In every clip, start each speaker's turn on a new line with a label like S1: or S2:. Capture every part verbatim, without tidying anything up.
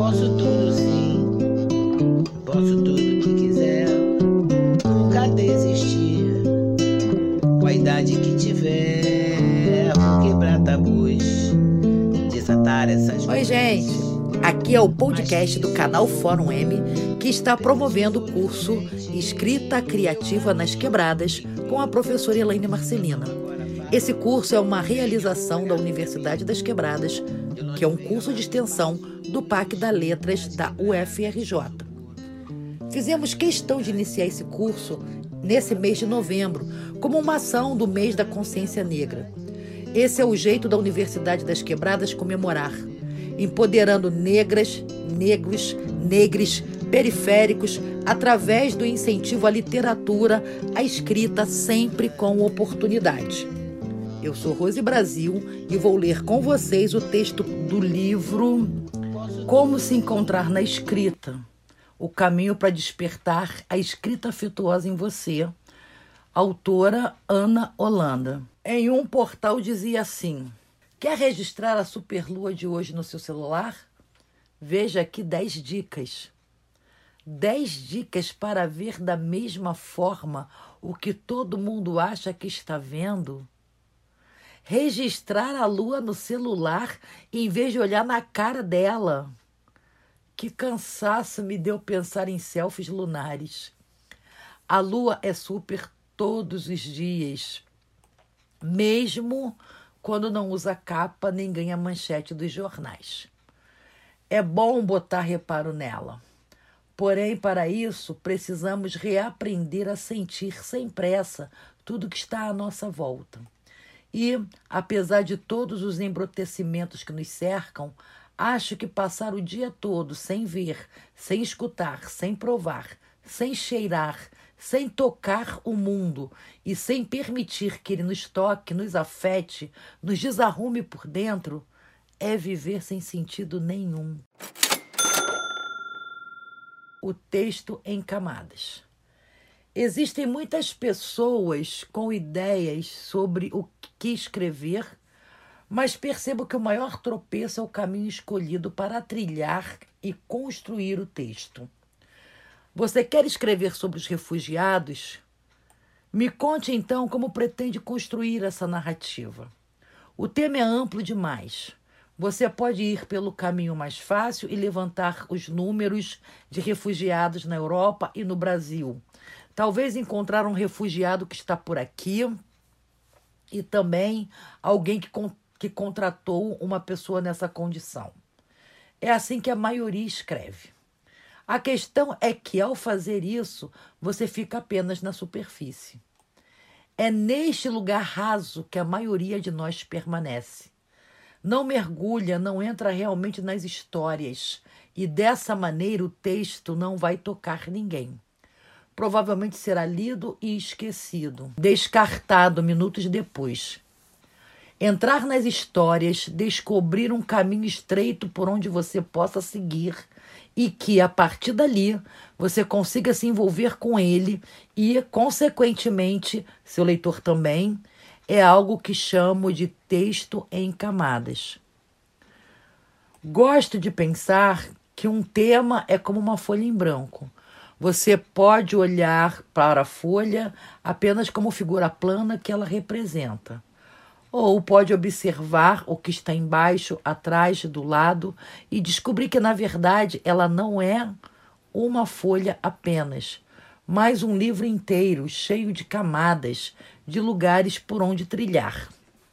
S1: Posso tudo sim, posso tudo que quiser, nunca desistir, com a idade que tiver, vou quebrar tabus, desatar essas
S2: Oi, gente! Aqui é o podcast do canal Fórum M, que está promovendo o curso Escrita Criativa nas Quebradas com a professora Elaine Marcelina. Esse curso é uma realização da Universidade das Quebradas, que é um curso de extensão do P A C da Letras da U F R J. Fizemos questão de iniciar esse curso nesse mês de novembro, como uma ação do mês da consciência negra. Esse é o jeito da Universidade das Quebradas comemorar, empoderando negras, negros, negres, periféricos, através do incentivo à literatura, à escrita, sempre com oportunidade. Eu sou Rose Brasil e vou ler com vocês o texto do livro Como se encontrar na escrita, o caminho para despertar a escrita afetuosa em você, autora Ana Holanda. Em um portal dizia assim: quer registrar a superlua de hoje no seu celular? Veja aqui dez dicas. dez dicas para ver da mesma forma o que todo mundo acha que está vendo. Registrar a lua no celular em vez de olhar na cara dela. Que cansaço me deu pensar em selfies lunares. A lua é super todos os dias, mesmo quando não usa capa nem ganha manchete dos jornais. É bom botar reparo nela. Porém, para isso, precisamos reaprender a sentir sem pressa tudo que está à nossa volta. E, apesar de todos os embrutecimentos que nos cercam, acho que passar o dia todo sem ver, sem escutar, sem provar, sem cheirar, sem tocar o mundo e sem permitir que ele nos toque, nos afete, nos desarrume por dentro, é viver sem sentido nenhum. O texto em camadas. Existem muitas pessoas com ideias sobre o que escrever, mas percebo que o maior tropeço é o caminho escolhido para trilhar e construir o texto. Você quer escrever sobre os refugiados? Me conte então como pretende construir essa narrativa. O tema é amplo demais. Você pode ir pelo caminho mais fácil e levantar os números de refugiados na Europa e no Brasil. Talvez encontrar um refugiado que está por aqui e também alguém que, con- que contratou uma pessoa nessa condição. É assim que a maioria escreve. A questão é que, ao fazer isso, você fica apenas na superfície. É neste lugar raso que a maioria de nós permanece. Não mergulha, não entra realmente nas histórias, e dessa maneira o texto não vai tocar ninguém. Provavelmente será lido e esquecido, descartado minutos depois. Entrar nas histórias, descobrir um caminho estreito por onde você possa seguir e que, a partir dali, você consiga se envolver com ele e, consequentemente, seu leitor também, é algo que chamo de texto em camadas. Gosto de pensar que um tema é como uma folha em branco. Você pode olhar para a folha apenas como figura plana que ela representa. Ou pode observar o que está embaixo, atrás, do lado e descobrir que, na verdade, ela não é uma folha apenas, mas um livro inteiro, cheio de camadas, de lugares por onde trilhar.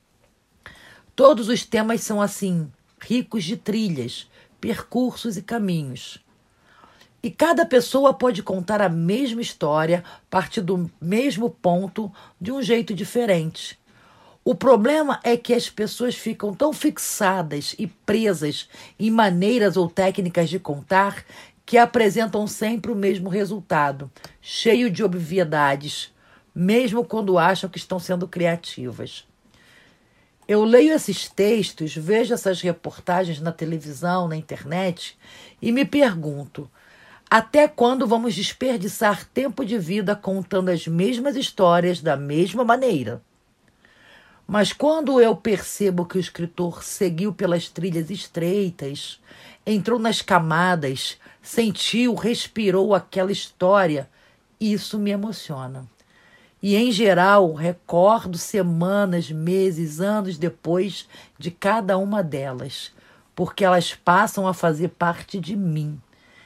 S2: Todos os temas são assim, ricos de trilhas, percursos e caminhos. E cada pessoa pode contar a mesma história, partir do mesmo ponto, de um jeito diferente. O problema é que as pessoas ficam tão fixadas e presas em maneiras ou técnicas de contar que apresentam sempre o mesmo resultado, cheio de obviedades, mesmo quando acham que estão sendo criativas. Eu leio esses textos, vejo essas reportagens na televisão, na internet e me pergunto: até quando vamos desperdiçar tempo de vida contando as mesmas histórias da mesma maneira? Mas quando eu percebo que o escritor seguiu pelas trilhas estreitas, entrou nas camadas, sentiu, respirou aquela história, isso me emociona. E, em geral, recordo semanas, meses, anos depois de cada uma delas, porque elas passam a fazer parte de mim.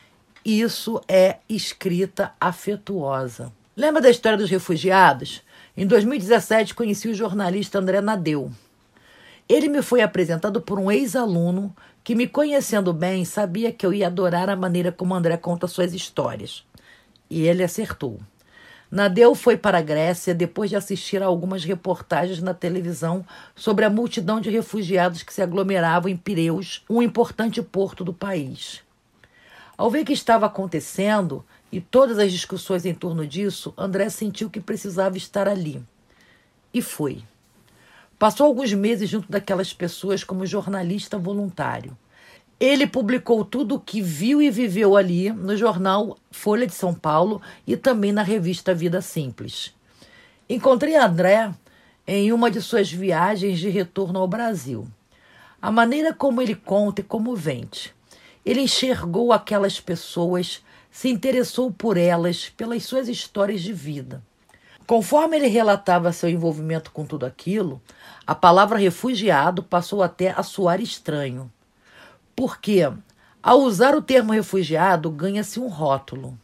S2: Isso é escrita afetuosa. Lembra da história dos refugiados? Em dois mil e dezessete, conheci o jornalista André Nadeu. Ele me foi apresentado por um ex-aluno que, me conhecendo bem, sabia que eu ia adorar a maneira como André conta suas histórias. E ele acertou. Nadeu foi para a Grécia depois de assistir a algumas reportagens na televisão sobre a multidão de refugiados que se aglomeravam em Pireus, um importante porto do país. Ao ver o que estava acontecendo e todas as discussões em torno disso, André sentiu que precisava estar ali. E foi. Passou alguns meses junto daquelas pessoas como jornalista voluntário. Ele publicou tudo o que viu e viveu ali no jornal Folha de São Paulo e também na revista Vida Simples. Encontrei André em uma de suas viagens de retorno ao Brasil. A maneira como ele conta é comovente. Ele enxergou aquelas pessoas, se interessou por elas, pelas suas histórias de vida. Conforme ele relatava seu envolvimento com tudo aquilo, a palavra refugiado passou até a soar estranho. Porque, ao usar o termo refugiado, ganha-se um rótulo.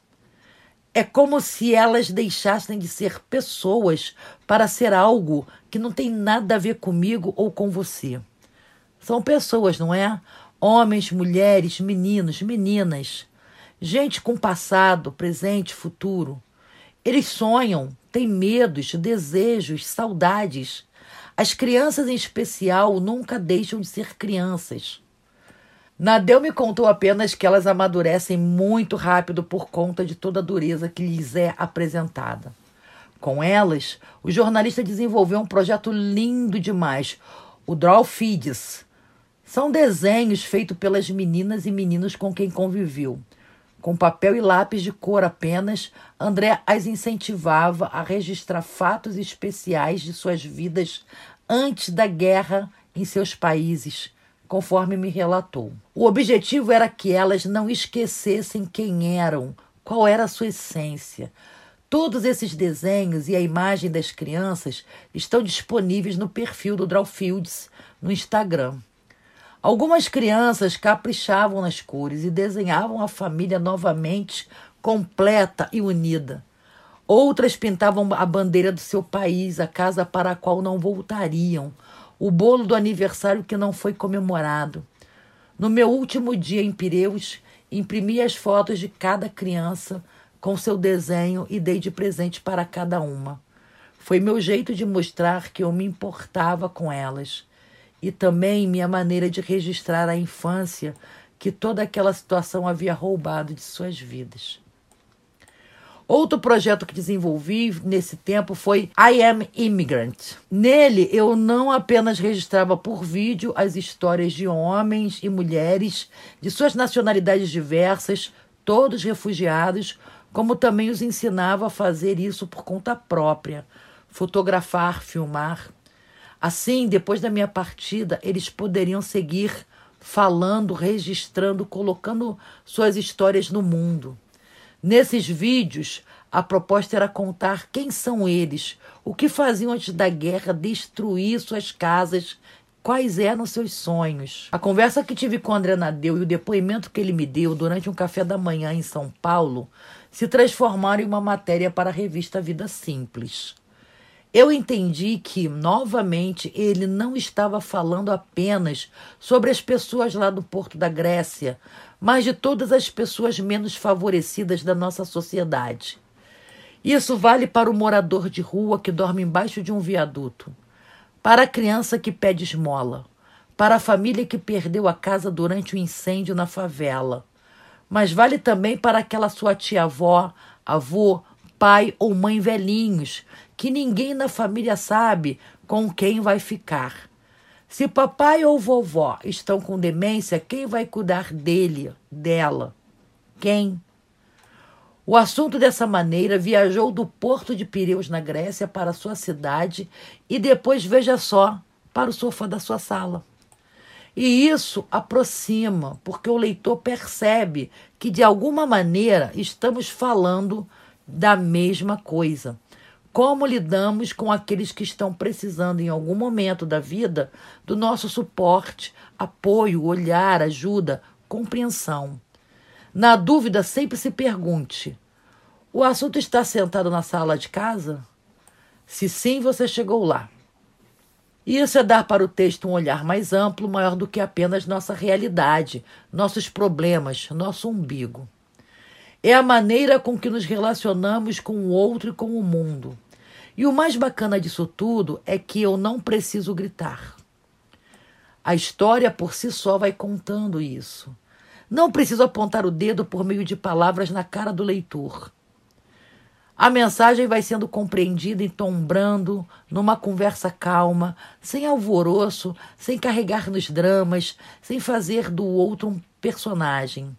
S2: É como se elas deixassem de ser pessoas para ser algo que não tem nada a ver comigo ou com você. São pessoas, não é? Homens, mulheres, meninos, meninas. Gente com passado, presente, futuro. Eles sonham, têm medos, desejos, saudades. As crianças, em especial, nunca deixam de ser crianças. Nadeu me contou apenas que elas amadurecem muito rápido por conta de toda a dureza que lhes é apresentada. Com elas, o jornalista desenvolveu um projeto lindo demais, o Draw Feeds. São desenhos feitos pelas meninas e meninos com quem conviveu. Com papel e lápis de cor apenas, André as incentivava a registrar fatos especiais de suas vidas antes da guerra em seus países, conforme me relatou. O objetivo era que elas não esquecessem quem eram, qual era a sua essência. Todos esses desenhos e a imagem das crianças estão disponíveis no perfil do Drawfields no Instagram. Algumas crianças caprichavam nas cores e desenhavam a família novamente completa e unida. Outras pintavam a bandeira do seu país, a casa para a qual não voltariam, o bolo do aniversário que não foi comemorado. No meu último dia em Pireus, imprimi as fotos de cada criança com seu desenho e dei de presente para cada uma. Foi meu jeito de mostrar que eu me importava com elas. E também minha maneira de registrar a infância que toda aquela situação havia roubado de suas vidas. Outro projeto que desenvolvi nesse tempo foi I Am Immigrant. Nele, eu não apenas registrava por vídeo as histórias de homens e mulheres de suas nacionalidades diversas, todos refugiados, como também os ensinava a fazer isso por conta própria, fotografar, filmar. Assim, depois da minha partida, eles poderiam seguir falando, registrando, colocando suas histórias no mundo. Nesses vídeos, a proposta era contar quem são eles, o que faziam antes da guerra, destruir suas casas, quais eram seus sonhos. A conversa que tive com o André Nadeu e o depoimento que ele me deu durante um café da manhã em São Paulo se transformaram em uma matéria para a revista Vida Simples. Eu entendi que, novamente, ele não estava falando apenas sobre as pessoas lá do Porto da Grécia, mas de todas as pessoas menos favorecidas da nossa sociedade. Isso vale para o morador de rua que dorme embaixo de um viaduto, para a criança que pede esmola, para a família que perdeu a casa durante o incêndio na favela, mas vale também para aquela sua tia-avó, avô, pai ou mãe velhinhos, que ninguém na família sabe com quem vai ficar. Se papai ou vovó estão com demência, quem vai cuidar dele, dela? Quem? O assunto, dessa maneira, viajou do porto de Pireus, na Grécia, para sua cidade e depois, veja só, para o sofá da sua sala. E isso aproxima, porque o leitor percebe que, de alguma maneira, estamos falando da mesma coisa. Como lidamos com aqueles que estão precisando, em algum momento da vida, do nosso suporte, apoio, olhar, ajuda, compreensão. Na dúvida, sempre se pergunte: o assunto está sentado na sala de casa? Se sim, você chegou lá. Isso é dar para o texto um olhar mais amplo, maior do que apenas nossa realidade, nossos problemas, nosso umbigo. É a maneira com que nos relacionamos com o outro e com o mundo. E o mais bacana disso tudo é que eu não preciso gritar. A história por si só vai contando isso. Não preciso apontar o dedo por meio de palavras na cara do leitor. A mensagem vai sendo compreendida em tom brando, numa conversa calma, sem alvoroço, sem carregar nos dramas, sem fazer do outro um personagem.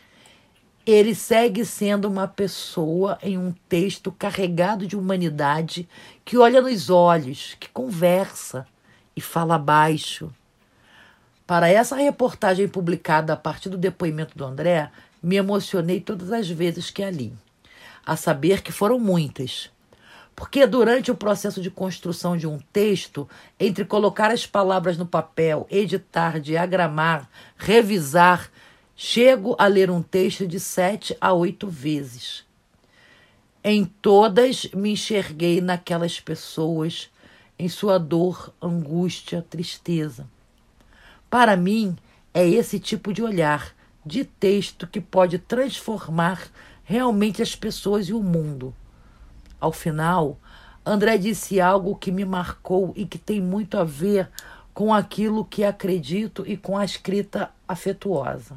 S2: Ele segue sendo uma pessoa em um texto carregado de humanidade, que olha nos olhos, que conversa e fala baixo. Para essa reportagem publicada a partir do depoimento do André, me emocionei todas as vezes que a li. A saber que foram muitas. Porque durante o processo de construção de um texto, entre colocar as palavras no papel, editar, diagramar, revisar, chego a ler um texto de sete a oito vezes. Em todas me enxerguei naquelas pessoas, em sua dor, angústia, tristeza. Para mim, é esse tipo de olhar, de texto, que pode transformar realmente as pessoas e o mundo. Ao final, André disse algo que me marcou e que tem muito a ver com aquilo que acredito e com a escrita afetuosa.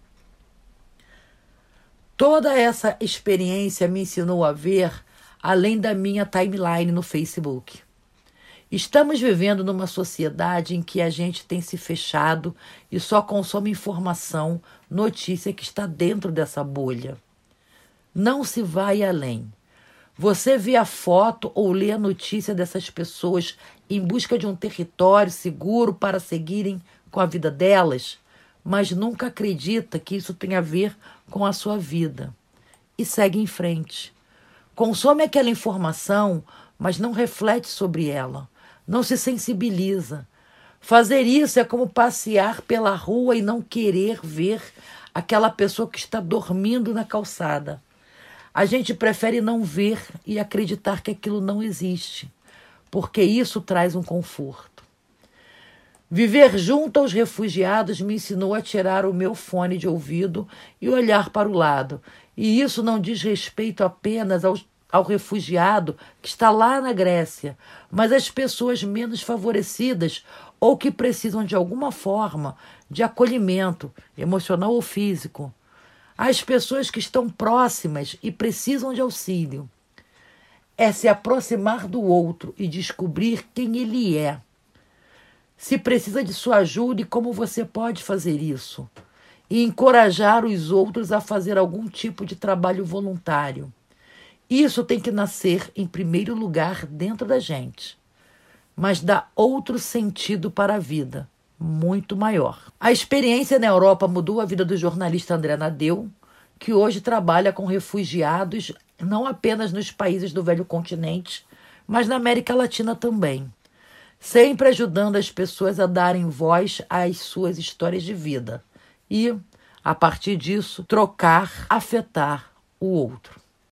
S2: Toda essa experiência me ensinou a ver além da minha timeline no Facebook. Estamos vivendo numa sociedade em que a gente tem se fechado e só consome informação, notícia que está dentro dessa bolha. Não se vai além. Você vê a foto ou lê a notícia dessas pessoas em busca de um território seguro para seguirem com a vida delas, mas nunca acredita que isso tem a ver com a sua vida. E segue em frente. Consome aquela informação, mas não reflete sobre ela. Não se sensibiliza. Fazer isso é como passear pela rua e não querer ver aquela pessoa que está dormindo na calçada. A gente prefere não ver e acreditar que aquilo não existe, porque isso traz um conforto. Viver junto aos refugiados me ensinou a tirar o meu fone de ouvido e olhar para o lado. E isso não diz respeito apenas ao, ao refugiado que está lá na Grécia, mas às pessoas menos favorecidas ou que precisam de alguma forma de acolhimento, emocional ou físico. As pessoas que estão próximas e precisam de auxílio. É se aproximar do outro e descobrir quem ele é. Se precisa de sua ajuda e como você pode fazer isso. E encorajar os outros a fazer algum tipo de trabalho voluntário. Isso tem que nascer, em primeiro lugar, dentro da gente. Mas dá outro sentido para a vida. Muito maior. A experiência na Europa mudou a vida do jornalista André Nadeu, que hoje trabalha com refugiados não apenas nos países do velho continente, mas na América Latina também, sempre ajudando as pessoas a darem voz às suas histórias de vida e, a partir disso, trocar, afetar o outro.